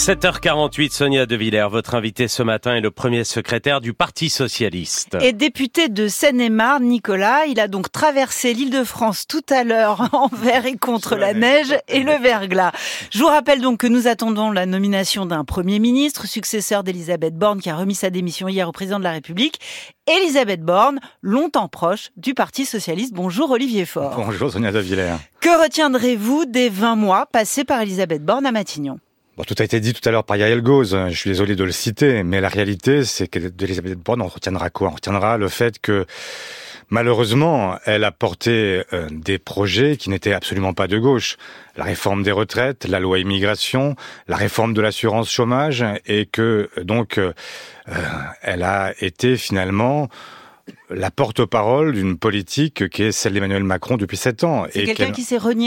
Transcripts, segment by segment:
7h48, Sonia De Villers, votre invité ce matin est le premier secrétaire du Parti Socialiste. Et député de Seine-et-Marne, Nicolas, il a donc traversé l'Île-de-France tout à l'heure envers et contre la neige et le verglas. Je vous rappelle donc que nous attendons la nomination d'un Premier ministre, successeur d'Elisabeth Borne qui a remis sa démission hier au président de la République. Elisabeth Borne, longtemps proche du Parti Socialiste. Bonjour Olivier Faure. Bonjour Sonia De Villers. Que retiendrez-vous des 20 mois passés par Elisabeth Borne à Matignon ? Bon, tout a été dit tout à l'heure par Yael Gauze, je suis désolé de le citer, mais la réalité, c'est que d'Elisabeth Borne, on retiendra quoi ? On retiendra le fait que, malheureusement, elle a porté des projets qui n'étaient absolument pas de gauche. La réforme des retraites, la loi immigration, la réforme de l'assurance chômage, et que, donc, elle a été finalement la porte-parole d'une politique qui est celle d'Emmanuel Macron depuis 7 ans. C'est quelqu'un qui s'est renié ?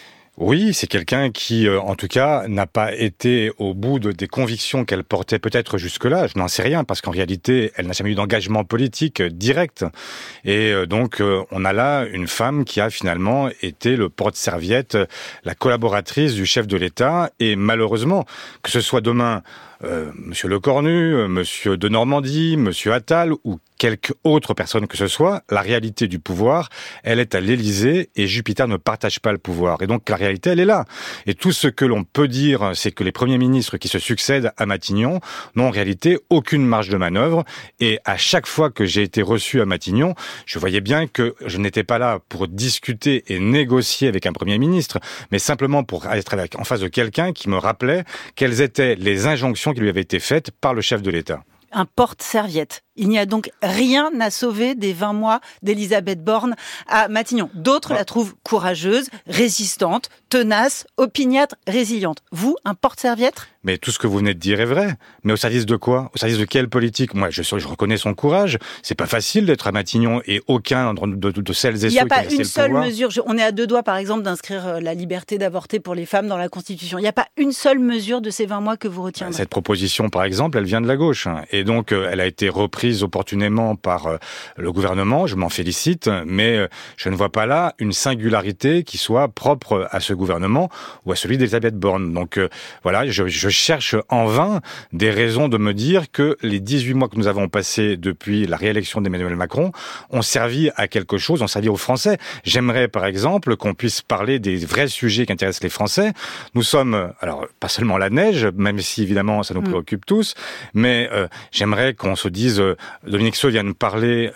Oui, c'est quelqu'un qui, en tout cas, n'a pas été au bout des convictions qu'elle portait peut-être jusque-là. Je n'en sais rien, parce qu'en réalité, elle n'a jamais eu d'engagement politique direct. Et donc, on a là une femme qui a finalement été le porte-serviette, la collaboratrice du chef de l'État. Et malheureusement, que ce soit demain Monsieur Lecornu, Monsieur de Normandie, Monsieur Attal ou quelque autre personne que ce soit, la réalité du pouvoir, elle est à l'Élysée et Jupiter ne partage pas le pouvoir. Et donc la réalité, elle est là. Et tout ce que l'on peut dire, c'est que les premiers ministres qui se succèdent à Matignon n'ont en réalité aucune marge de manœuvre. Et à chaque fois que j'ai été reçu à Matignon, je voyais bien que je n'étais pas là pour discuter et négocier avec un premier ministre, mais simplement pour être en face de quelqu'un qui me rappelait quelles étaient les injonctions qui lui avaient été faites par le chef de l'État. Un porte-serviette. Il n'y a donc rien à sauver des 20 mois d'Elisabeth Borne à Matignon. D'autres la trouvent courageuse, résistante, tenace, opiniâtre, résiliente. Vous, un porte-serviette ? Mais tout ce que vous venez de dire est vrai. Mais au service de quoi ? Au service de quelle politique ? Moi, je reconnais son courage. C'est pas facile d'être à Matignon et aucun de celles et ceux qui ont resté le pouvoir. Il n'y a pas une seule mesure. On est à 2 doigts, par exemple, d'inscrire la liberté d'avorter pour les femmes dans la Constitution. Il n'y a pas une seule mesure de ces 20 mois que vous retiendrez. Cette proposition, par exemple, elle vient de la gauche. Et donc, elle a été reprise opportunément par le gouvernement, je m'en félicite, mais je ne vois pas là une singularité qui soit propre à ce gouvernement ou à celui d'Elisabeth Borne. Donc voilà, je cherche en vain des raisons de me dire que les 18 mois que nous avons passés depuis la réélection d'Emmanuel Macron ont servi à quelque chose, ont servi aux Français. J'aimerais par exemple qu'on puisse parler des vrais sujets qui intéressent les Français. Nous sommes, alors pas seulement la neige, même si évidemment ça nous préoccupe tous, mais j'aimerais qu'on se dise, Dominique Seux vient de parler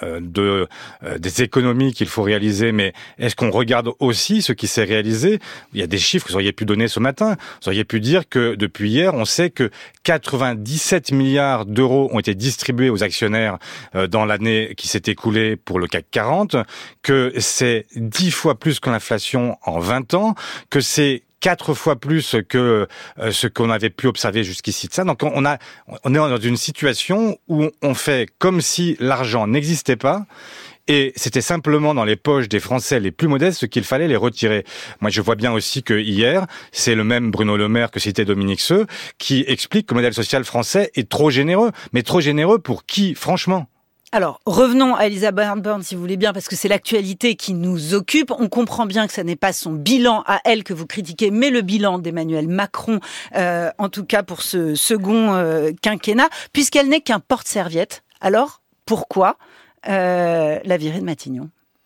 des économies qu'il faut réaliser, mais est-ce qu'on regarde aussi ce qui s'est réalisé ? Il y a des chiffres que vous auriez pu donner ce matin. Vous auriez pu dire que depuis hier, on sait que 97 milliards d'euros ont été distribués aux actionnaires dans l'année qui s'est écoulée pour le CAC 40, que c'est 10 fois plus que l'inflation en 20 ans, que c'est 4 fois plus que ce qu'on avait pu observer jusqu'ici de ça. Donc on est dans une situation où on fait comme si l'argent n'existait pas et c'était simplement dans les poches des Français les plus modestes qu'il fallait les retirer. Moi, je vois bien aussi que hier, c'est le même Bruno Le Maire que citait Dominique Seux qui explique que le modèle social français est trop généreux. Mais trop généreux pour qui, franchement ? Alors, revenons à Elisabeth Borne, si vous voulez bien, parce que c'est l'actualité qui nous occupe. On comprend bien que ce n'est pas son bilan à elle que vous critiquez, mais le bilan d'Emmanuel Macron, en tout cas pour ce second quinquennat, puisqu'elle n'est qu'un porte-serviette. Alors, pourquoi la virer de Matignon ?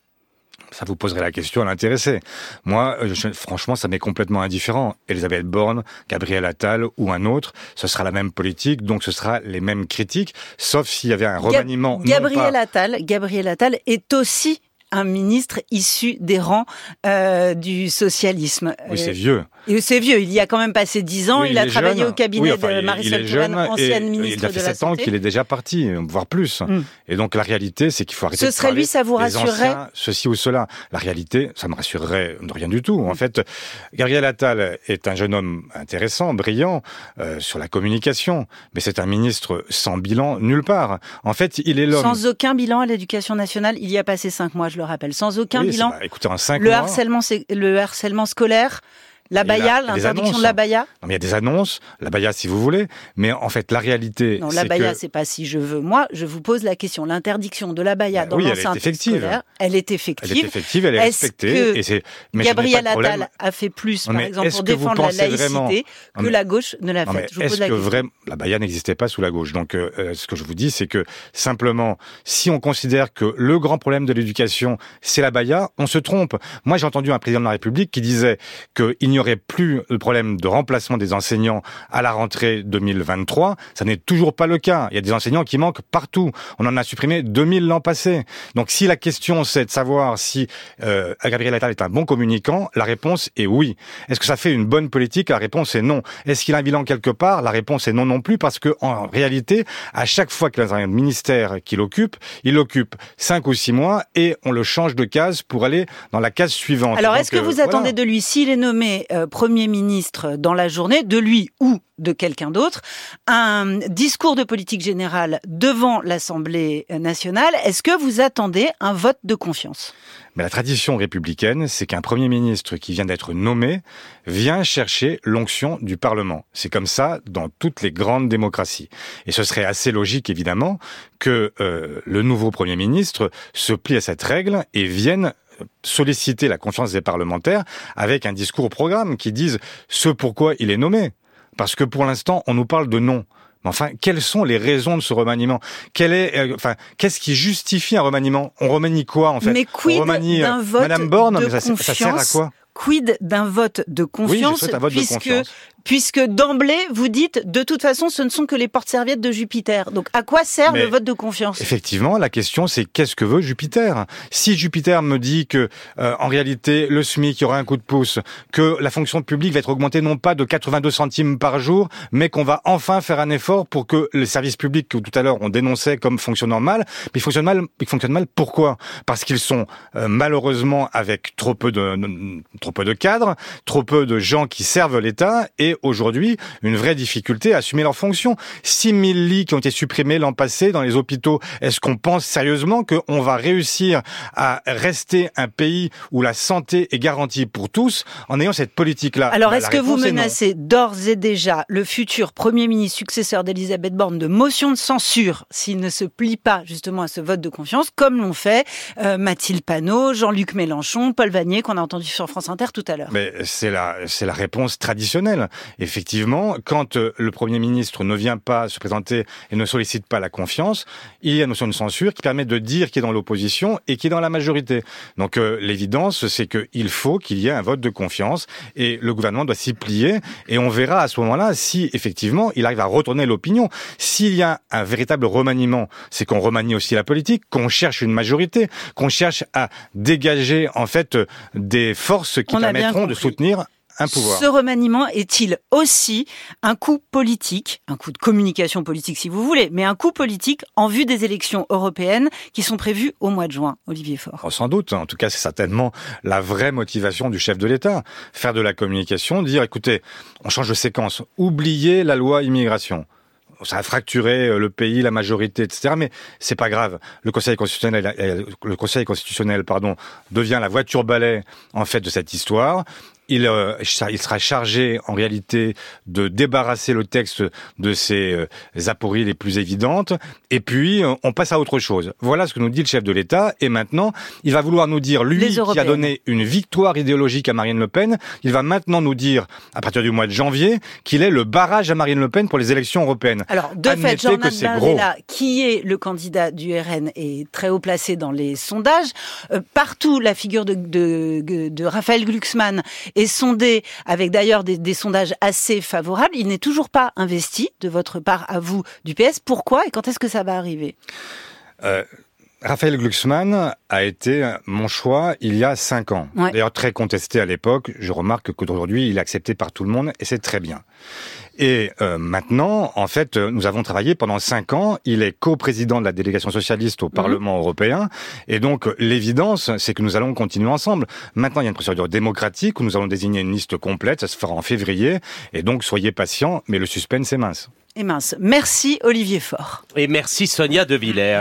Ça vous poserait la question à l'intéressé. Moi, franchement, ça m'est complètement indifférent. Elisabeth Borne, Gabriel Attal ou un autre, ce sera la même politique, donc ce sera les mêmes critiques, sauf s'il y avait un remaniement. Gabriel Attal est aussi un ministre issu des rangs du socialisme. Oui, c'est vieux. Et c'est vieux, il y a quand même passé 10 ans, oui, il a travaillé au cabinet de Marisol Touraine, ancienne ministre de la Santé. Il a fait 7 ans qu'il est déjà parti, voire plus. Et donc la réalité, c'est qu'il faut arrêter de parler lui, ça vous rassurerait anciens, ceci ou cela. La réalité, ça me rassurerait de rien du tout. En fait, Gabriel Attal est un jeune homme intéressant, brillant, sur la communication, mais c'est un ministre sans bilan nulle part. En fait, il est l'homme... Sans aucun bilan à l'éducation nationale, il y a passé 5 mois, je le rappelle. Sans aucun bilan. Écoutez, en 5 mois... Le harcèlement scolaire... L'abaya, l'interdiction de l'abaya? Non, mais il y a des annonces, l'abaya si vous voulez, mais en fait la réalité... Non, l'abaya c'est pas si je veux. Moi, je vous pose la question. L'interdiction de l'abaya dans l'enceinte scolaire, elle est effective. Elle est effective, elle est respectée. Mais Gabriel Attal a fait plus, par exemple, pour défendre la laïcité que la gauche ne l'a fait. Je vous pose la question. L'abaya n'existait pas sous la gauche. Donc ce que je vous dis, c'est que simplement, si on considère que le grand problème de l'éducation, c'est l'abaya, on se trompe. Moi, j'ai entendu un président de la République qui disait qu'il n'y aurait plus le problème de remplacement des enseignants à la rentrée 2023. Ça n'est toujours pas le cas. Il y a des enseignants qui manquent partout. On en a supprimé 2000 l'an passé. Donc si la question c'est de savoir si Gabriel Attal est un bon communicant, la réponse est oui. Est-ce que ça fait une bonne politique? La réponse est non. Est-ce qu'il a un bilan quelque part? La réponse est non plus, parce que en réalité, à chaque fois qu'il a un ministère qu'il occupe, il occupe 5 ou 6 mois et on le change de case pour aller dans la case suivante. Alors, est-ce que vous attendez de lui, s'il est nommé Premier ministre dans la journée, de lui ou de quelqu'un d'autre, un discours de politique générale devant l'Assemblée nationale? Est-ce que vous attendez un vote de confiance? Mais la tradition républicaine, c'est qu'un Premier ministre qui vient d'être nommé vient chercher l'onction du Parlement. C'est comme ça dans toutes les grandes démocraties. Et ce serait assez logique, évidemment, que le nouveau Premier ministre se plie à cette règle et vienne solliciter la confiance des parlementaires avec un discours au programme qui dise ce pourquoi il est nommé. Parce que pour l'instant, on nous parle de non. Mais enfin, quelles sont les raisons de ce remaniement? Qu'est-ce qui justifie un remaniement? On remanie quoi, en fait? Mais quid d'un vote Madame Borne, de confiance? Ça sert à quoi? Quid d'un vote de confiance? Oui, je souhaite un vote de confiance. Puisque d'emblée, vous dites, de toute façon, ce ne sont que les porte-serviettes de Jupiter. Donc, à quoi sert le vote de confiance? Effectivement, la question, c'est qu'est-ce que veut Jupiter? Si Jupiter me dit que, en réalité, le SMIC, il y aura un coup de pouce, que la fonction publique va être augmentée non pas de 82 centimes par jour, mais qu'on va enfin faire un effort pour que les services publics que tout à l'heure on dénonçait comme fonctionnant mal, mais ils fonctionnent mal, pourquoi? Parce qu'ils sont, malheureusement, avec trop peu de cadres, trop peu de gens qui servent l'État, et aujourd'hui une vraie difficulté à assumer leurs fonctions. 6000 lits qui ont été supprimés l'an passé dans les hôpitaux. Est-ce qu'on pense sérieusement qu'on va réussir à rester un pays où la santé est garantie pour tous en ayant cette politique-là? Alors, est-ce que vous menacez d'ores et déjà le futur Premier ministre successeur d'Elisabeth Borne de motion de censure s'il ne se plie pas justement à ce vote de confiance, comme l'ont fait Mathilde Panot, Jean-Luc Mélenchon, Paul Vannier, qu'on a entendu sur France Inter tout à l'heure? Mais c'est la réponse traditionnelle. Effectivement, quand le Premier ministre ne vient pas se présenter et ne sollicite pas la confiance, il y a une notion de censure qui permet de dire qui est dans l'opposition et qui est dans la majorité. Donc l'évidence, c'est qu'il faut qu'il y ait un vote de confiance et le gouvernement doit s'y plier et on verra à ce moment-là si effectivement il arrive à retourner l'opinion. S'il y a un véritable remaniement, c'est qu'on remanie aussi la politique, qu'on cherche une majorité, qu'on cherche à dégager en fait des forces qui permettront de soutenir un pouvoir. Ce remaniement est-il aussi un coup politique, un coup de communication politique si vous voulez, mais un coup politique en vue des élections européennes qui sont prévues au mois de juin? Olivier Faure. Oh, sans doute. En tout cas, c'est certainement la vraie motivation du chef de l'État. Faire de la communication, dire écoutez, on change de séquence, oubliez la loi immigration. Ça a fracturé le pays, la majorité, etc. Mais c'est pas grave. Le Conseil constitutionnel, devient la voiture balai en fait de cette histoire. Il sera chargé, en réalité, de débarrasser le texte de ses apories les plus évidentes. Et puis, on passe à autre chose. Voilà ce que nous dit le chef de l'État. Et maintenant, il va vouloir nous dire, lui, qui a donné une victoire idéologique à Marine Le Pen, il va maintenant nous dire, à partir du mois de janvier, qu'il est le barrage à Marine Le Pen pour les élections européennes. Alors, de fait, Jordan Bardella, qui est le candidat du RN, est très haut placé dans les sondages. Partout, la figure de Raphaël Glucksmann est sondé avec d'ailleurs des sondages assez favorables. Il n'est toujours pas investi de votre part à vous du PS. Pourquoi et quand est-ce que ça va arriver? Raphaël Glucksmann a été mon choix il y a 5 ans. Ouais. D'ailleurs très contesté à l'époque. Je remarque qu'aujourd'hui il est accepté par tout le monde et c'est très bien. Et maintenant, en fait, nous avons travaillé pendant 5 ans. Il est coprésident de la délégation socialiste au Parlement européen. Et donc, l'évidence, c'est que nous allons continuer ensemble. Maintenant, il y a une procédure démocratique où nous allons désigner une liste complète. Ça se fera en février. Et donc, soyez patients, mais le suspense est mince. Et mince. Merci Olivier Faure. Et merci Sonia De Villers.